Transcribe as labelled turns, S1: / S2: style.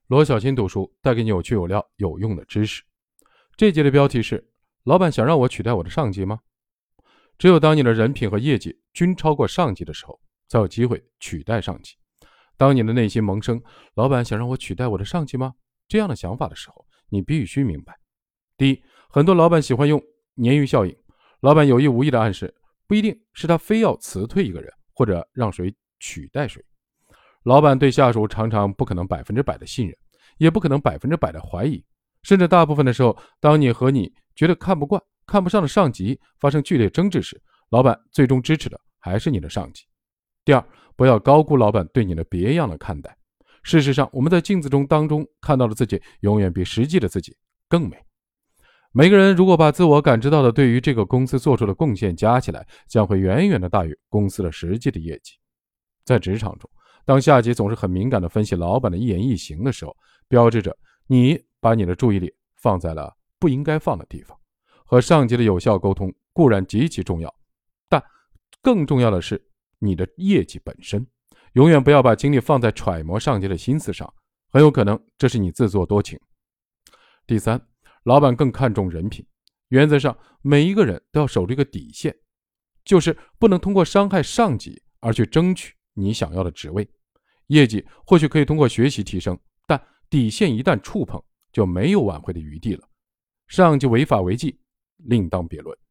S1: 罗小新读书带给你有趣有料有用的知识。这节的标题是：老板想让我取代我的上级吗？只有当你的人品和业绩均超过上级的时候，才有机会取代上级。当你的内心萌生老板想让我取代我的上级吗这样的想法的时候，你必须明白，第一，很多老板喜欢用鲶鱼效应，老板有意无意的暗示，不一定是他非要辞退一个人或者让谁取代谁。老板对下属常常不可能100%的信任，也不可能100%的怀疑，甚至大部分的时候，当你和你觉得看不惯、看不上的上级发生剧烈争执时，老板最终支持的还是你的上级。第二，不要高估老板对你的别样的看待。事实上，我们在镜子中当中看到的自己，永远比实际的自己更美。每个人如果把自我感知到的对于这个公司做出的贡献加起来，将会远远的大于公司的实际的业绩。在职场中，当下级总是很敏感地分析老板的一言一行的时候，标志着你把你的注意力放在了不应该放的地方。和上级的有效沟通固然极其重要，但更重要的是你的业绩本身。永远不要把精力放在揣摩上级的心思上，很有可能这是你自作多情。第三，老板更看重人品。原则上，每一个人都要守这个底线，就是不能通过伤害上级而去争取你想要的职位。业绩或许可以通过学习提升，但底线一旦触碰，就没有挽回的余地了。上级违法违纪另当别论。